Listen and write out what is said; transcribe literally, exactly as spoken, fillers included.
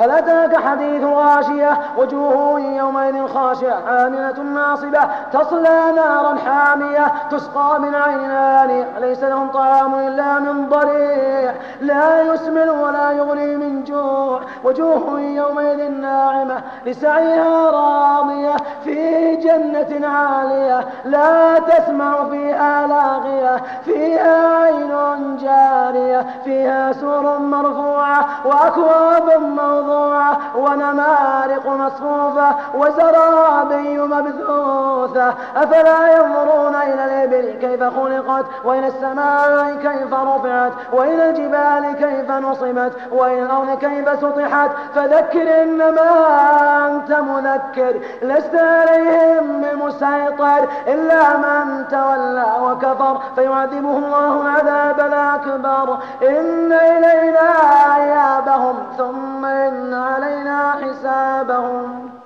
هل أتاك حديث غاشية وجوه يومئذ خاشعة عاملة ناصبة تصلى نارا حامية تسقى من عين آنية ليس لهم طعام إلا من ضريع لا يسمن ولا يغني من جوع وجوه يومئذ ناعمة لسعيها راضية في جنة عالية لا تسمع فيها لاغية فيها عين جارية فيها سور مرفوعة وأكواب موضوعة ونمارق مصفوفة وزرابي مبثوثة أفلا ينظرون إلى الإبل كيف خلقت وإلى السماء كيف رفعت وإلى الجبال كيف نصبت وإلى الأرض كيف سطحت فذكر إنما أنت مذكر لست عليهم بمسيطر إلا من تولى وكفر فيعذبه الله العذاب الأكبر إن إلينا إيابهم ثم إن علينا حسابهم.